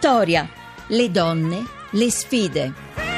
Vittoria, le donne, le sfide.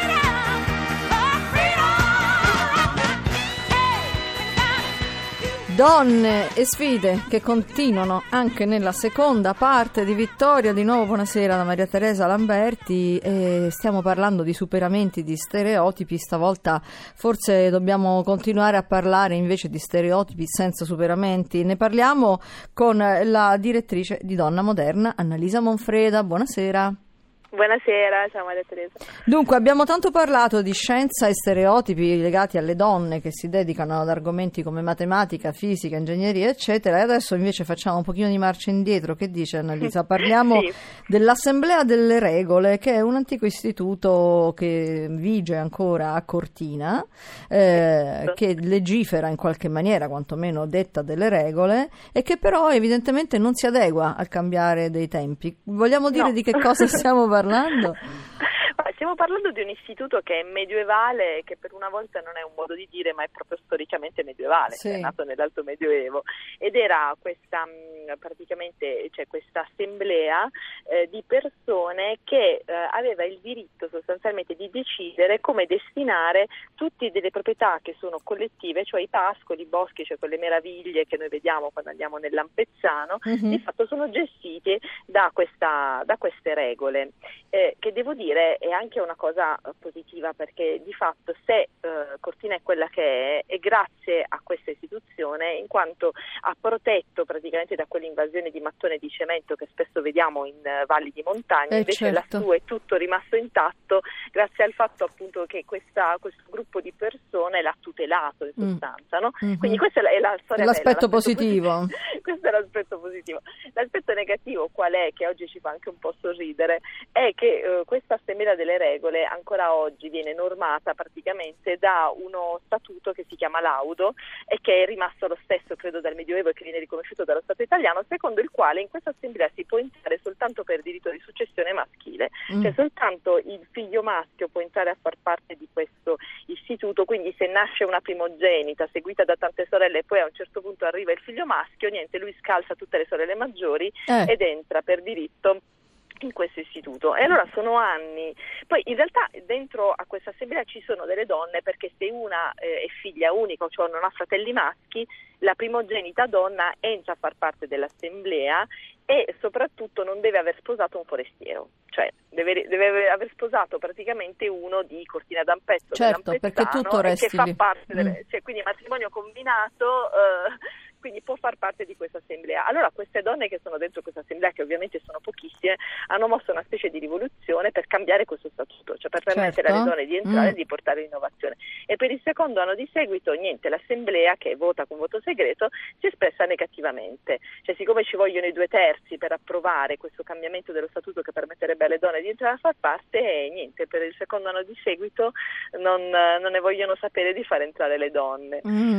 Donne e sfide che continuano anche nella seconda parte di Vittoria. Di nuovo buonasera da Maria Teresa Lamberti e stiamo parlando di superamenti di stereotipi. Stavolta forse dobbiamo continuare a parlare invece di stereotipi senza superamenti. Ne parliamo con la direttrice di Donna Moderna, Annalisa Monfreda. Buonasera. Buonasera, ciao Maria Teresa. Dunque, abbiamo tanto parlato di scienza e stereotipi legati alle donne che si dedicano ad argomenti come matematica, fisica, ingegneria, eccetera, e adesso invece facciamo un pochino di marcia indietro. Che dice Annalisa? Parliamo Sì. dell'Assemblea delle Regole, che è un antico istituto che vige ancora a Cortina, che legifera in qualche maniera, quantomeno detta delle regole, e che però evidentemente non si adegua al cambiare dei tempi. Vogliamo dire di che cosa stiamo parlando? Stiamo parlando di un istituto che è medievale, che per una volta non è un modo di dire, ma è proprio storicamente medievale, sì. È nato nell'Alto Medioevo, ed era questa questa assemblea di persone che aveva il diritto sostanzialmente di decidere come destinare tutte delle proprietà che sono collettive, cioè i pascoli, i boschi, cioè quelle meraviglie che noi vediamo quando andiamo nel Lampezzano, di fatto sono gestiti da queste regole, che devo dire è anche una cosa positiva, perché di fatto se Cortina è quella che è grazie a questa istituzione, in quanto ha protetto praticamente da quell'invasione di mattone e di cemento che spesso vediamo in valli di montagna, invece certo. lassù è tutto rimasto intatto grazie al fatto appunto che questo gruppo di persone l'ha tutelato in sostanza, no? Quindi questa è la storia l'aspetto bella, positivo. Questo è l'aspetto positivo. L'aspetto negativo qual è, che oggi ci fa anche un po' sorridere, è che questa Assemblea delle Regole ancora oggi viene normata praticamente da uno statuto che si chiama Laudo e che è rimasto lo stesso credo dal Medioevo e che viene riconosciuto dallo Stato italiano, secondo il quale in questa assemblea si può entrare soltanto per diritto di successione maschile, cioè soltanto il figlio maschio può entrare a far parte di questo istituto. Quindi se nasce una primogenita seguita da tante sorelle e poi a un certo punto arriva il figlio maschio, niente, lui scalza tutte le sorelle maggiori ed entra per diritto in questo istituto. E allora sono anni. Poi in realtà dentro a questa assemblea ci sono delle donne, perché se una è figlia unica, cioè non ha fratelli maschi, la primogenita donna entra a far parte dell'assemblea e soprattutto non deve aver sposato un forestiero, cioè deve aver sposato praticamente uno di Cortina d'Ampezzo, certo, perché tutto resti che fa lì. parte cioè, quindi matrimonio combinato, quindi può far parte di questa assemblea. Allora queste donne che sono dentro questa assemblea, che ovviamente sono pochissime, hanno mosso una specie di rivoluzione per cambiare questo statuto, cioè per permettere alle donne di entrare e di portare l'innovazione. E per il secondo anno di seguito, niente, l'assemblea, che vota con voto segreto, si è espressa negativamente. Cioè, siccome ci vogliono i 2/3 per approvare questo cambiamento dello statuto che permetterebbe alle donne di entrare a far parte, e niente, per il secondo anno di seguito non ne vogliono sapere di far entrare le donne.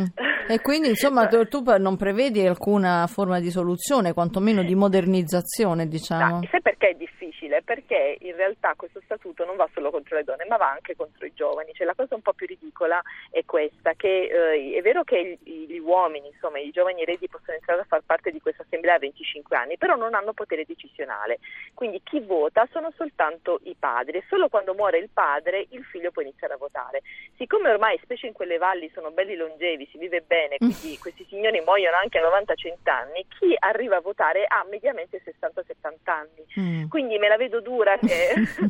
E quindi insomma tu non prevedi alcuna forma di soluzione, quantomeno di modernizzazione, diciamo? Sai perché è difficile? Perché in realtà questo statuto non va solo contro le donne, ma va anche contro i giovani. Cioè, la cosa un po' più ridicola è questa, che è vero che gli uomini, insomma i giovani eredi, possono entrare a far parte di questa assemblea a 25 anni, però non hanno potere decisionale. Quindi chi vota sono soltanto i padri, e solo quando muore il padre il figlio può iniziare a votare. Siccome ormai, specie in quelle valli, sono belli longevi, si vive bene, quindi questi signori muoiono anche a 90-100 anni, chi arriva a votare ha mediamente 60-70 anni. Quindi me la vedo dura che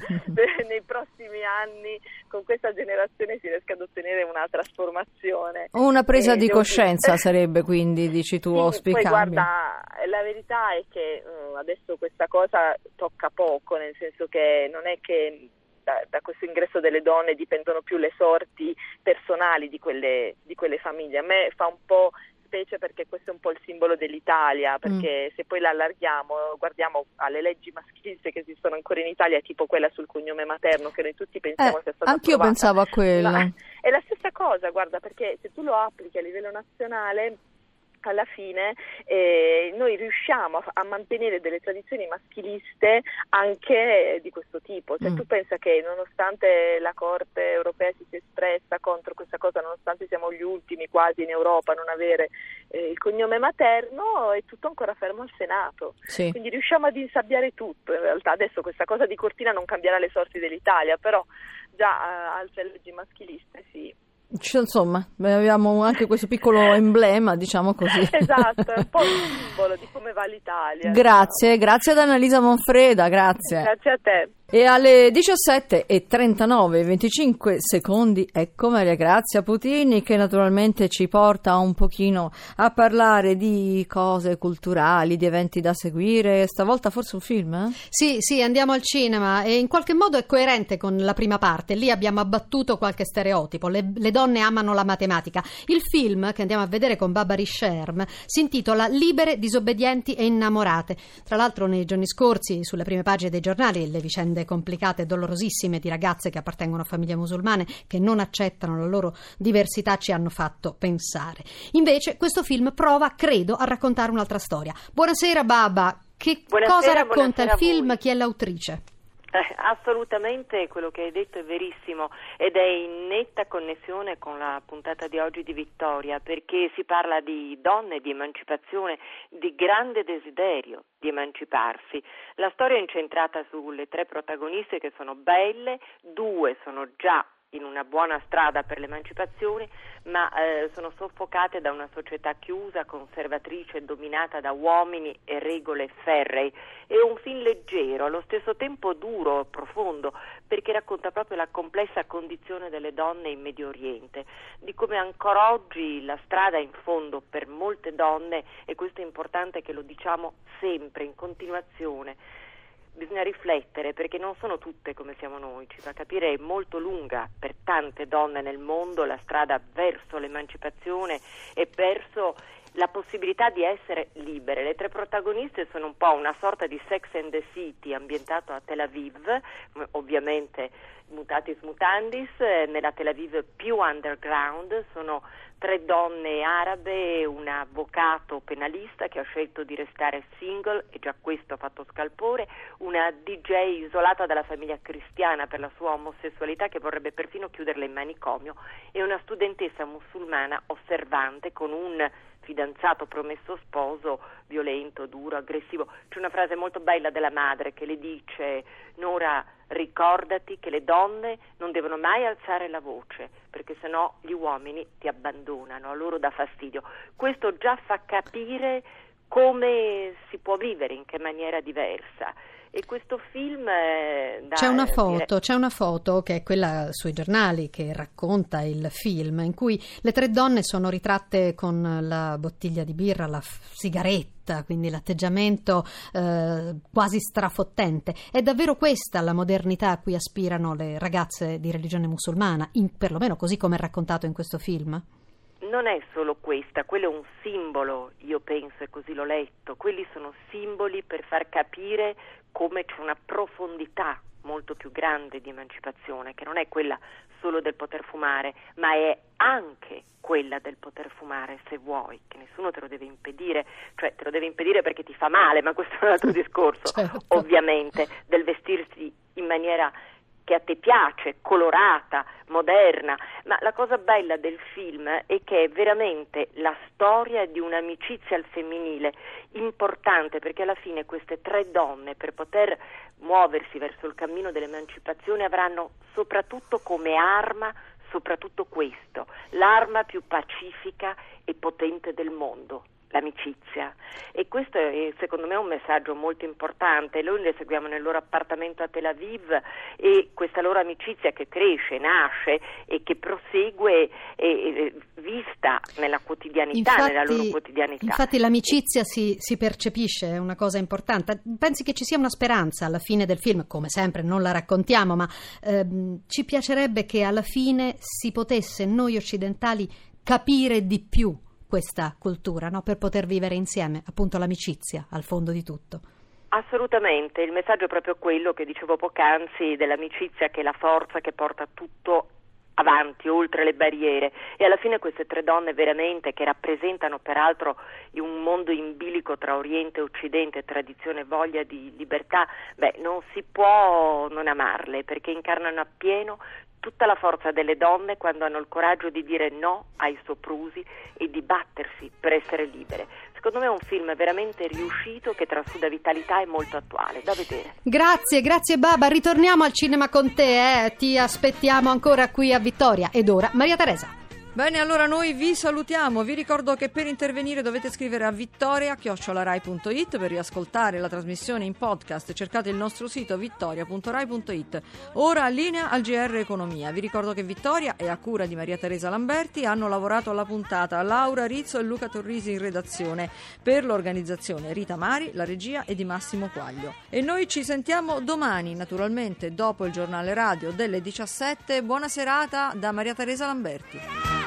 nei prossimi anni con questa generazione si riesca ad ottenere una trasformazione. Una presa di coscienza sarebbe, quindi, dici tu, sì, auspicabile. Poi guarda, la verità è che adesso questa cosa tocca poco, nel senso che non è che da questo ingresso delle donne dipendono più le sorti personali di quelle famiglie. A me fa un po' specie, perché questo è un po' il simbolo dell'Italia, perché se poi la allarghiamo, guardiamo alle leggi maschiliste che esistono ancora in Italia, tipo quella sul cognome materno, che noi tutti pensiamo sia stata anch'io approvata. Pensavo a quello. Ma è la stessa cosa, guarda, perché se tu lo applichi a livello nazionale, alla fine noi riusciamo a mantenere delle tradizioni maschiliste anche di questo tipo. Cioè, tu pensa che nonostante la Corte europea si sia espressa contro questa cosa, nonostante siamo gli ultimi quasi in Europa a non avere il cognome materno, è tutto ancora fermo al Senato. Sì. Quindi riusciamo ad insabbiare tutto. In realtà adesso questa cosa di Cortina non cambierà le sorti dell'Italia, però già altre leggi maschiliste sì. Insomma, abbiamo anche questo piccolo emblema, diciamo così. Esatto, è un po' il simbolo di come va l'Italia. Grazie ad Annalisa Monfreda, grazie. Grazie a te. E alle 17:39 25 secondi, ecco Maria Grazia Putini, che naturalmente ci porta un pochino a parlare di cose culturali, di eventi da seguire. Stavolta forse un film, eh? Sì, andiamo al cinema e in qualche modo è coerente con la prima parte. Lì abbiamo abbattuto qualche stereotipo. Le donne amano la matematica. Il film che andiamo a vedere con Barbara Sherm si intitola Libere, disobbedienti e innamorate. Tra l'altro nei giorni scorsi sulle prime pagine dei giornali le vicende complicate e dolorosissime di ragazze che appartengono a famiglie musulmane che non accettano la loro diversità ci hanno fatto pensare. Invece questo film prova, credo, a raccontare un'altra storia. Buonasera Baba, cosa racconta il film? Chi è l'autrice? Assolutamente quello che hai detto è verissimo ed è in netta connessione con la puntata di oggi di Vittoria, perché si parla di donne, di emancipazione, di grande desiderio di emanciparsi. La storia è incentrata sulle 3 protagoniste che sono belle, 2 sono già in una buona strada per l'emancipazione, ma sono soffocate da una società chiusa, conservatrice, dominata da uomini e regole ferrei. È un film leggero, allo stesso tempo duro, profondo, perché racconta proprio la complessa condizione delle donne in Medio Oriente, di come ancora oggi la strada in fondo per molte donne, e questo è importante che lo diciamo sempre, in continuazione, bisogna riflettere, perché non sono tutte come siamo noi, ci fa capire, è molto lunga per tante donne nel mondo la strada verso l'emancipazione e verso la possibilità di essere libere. Le 3 protagoniste sono un po' una sorta di Sex and the City ambientato a Tel Aviv, ovviamente mutatis mutandis, nella Tel Aviv più underground. Sono 3 donne arabe, un avvocato penalista che ha scelto di restare single e già questo ha fatto scalpore, una DJ isolata dalla famiglia cristiana per la sua omosessualità che vorrebbe perfino chiuderla in manicomio, e una studentessa musulmana osservante con un fidanzato promesso sposo violento, duro, aggressivo. C'è una frase molto bella della madre che le dice: Nora, ricordati che le donne non devono mai alzare la voce, perché sennò gli uomini ti abbandonano, a loro dà fastidio. Questo già fa capire come si può vivere, in che maniera diversa. E questo film c'è una foto che è quella sui giornali che racconta il film, in cui le 3 donne sono ritratte con la bottiglia di birra, la sigaretta, quindi l'atteggiamento quasi strafottente. È davvero questa la modernità a cui aspirano le ragazze di religione musulmana, perlomeno così come è raccontato in questo film? Non è solo questa, quello è un simbolo, io penso, e così l'ho letto. Quelli sono simboli per far capire come c'è una profondità molto più grande di emancipazione, che non è quella solo del poter fumare, ma è anche quella del poter fumare se vuoi, che nessuno te lo deve impedire, cioè te lo deve impedire perché ti fa male, ma questo è un altro discorso, certo. Ovviamente, del vestirsi in maniera che a te piace, colorata, moderna, ma la cosa bella del film è che è veramente la storia di un'amicizia al femminile importante, perché alla fine queste 3 donne, per poter muoversi verso il cammino dell'emancipazione, avranno soprattutto come arma soprattutto questo, l'arma più pacifica e potente del mondo, l'amicizia. E questo è secondo me un messaggio molto importante. Noi le seguiamo nel loro appartamento a Tel Aviv, e questa loro amicizia che cresce, nasce e che prosegue è vista nella quotidianità, nella loro quotidianità. Infatti l'amicizia si percepisce, è una cosa importante. Pensi che ci sia una speranza alla fine del film? Come sempre non la raccontiamo, ma ci piacerebbe che alla fine si potesse, noi occidentali, capire di più questa cultura, no? Per poter vivere insieme, appunto l'amicizia al fondo di tutto. Assolutamente, il messaggio è proprio quello che dicevo poc'anzi, dell'amicizia che è la forza che porta tutto avanti, oltre le barriere. E alla fine queste 3 donne veramente, che rappresentano peraltro un mondo in bilico tra Oriente e Occidente, tradizione e voglia di libertà, non si può non amarle, perché incarnano appieno tutta la forza delle donne quando hanno il coraggio di dire no ai soprusi e di battersi per essere libere. Secondo me è un film veramente riuscito che trasuda vitalità e molto attuale, da vedere. Grazie Baba, ritorniamo al cinema con te, ti aspettiamo ancora qui a Vittoria. Ed ora Maria Teresa. Bene, allora noi vi salutiamo, vi ricordo che per intervenire dovete scrivere a vittoria@rai.it, per riascoltare la trasmissione in podcast cercate il nostro sito vittoria.rai.it. Ora linea al GR Economia, vi ricordo che Vittoria è a cura di Maria Teresa Lamberti, hanno lavorato alla puntata Laura Rizzo e Luca Torrisi in redazione, per l'organizzazione Rita Mari, la regia è di Massimo Quaglio. E noi ci sentiamo domani, naturalmente dopo il giornale radio delle 17. Buona serata da Maria Teresa Lamberti.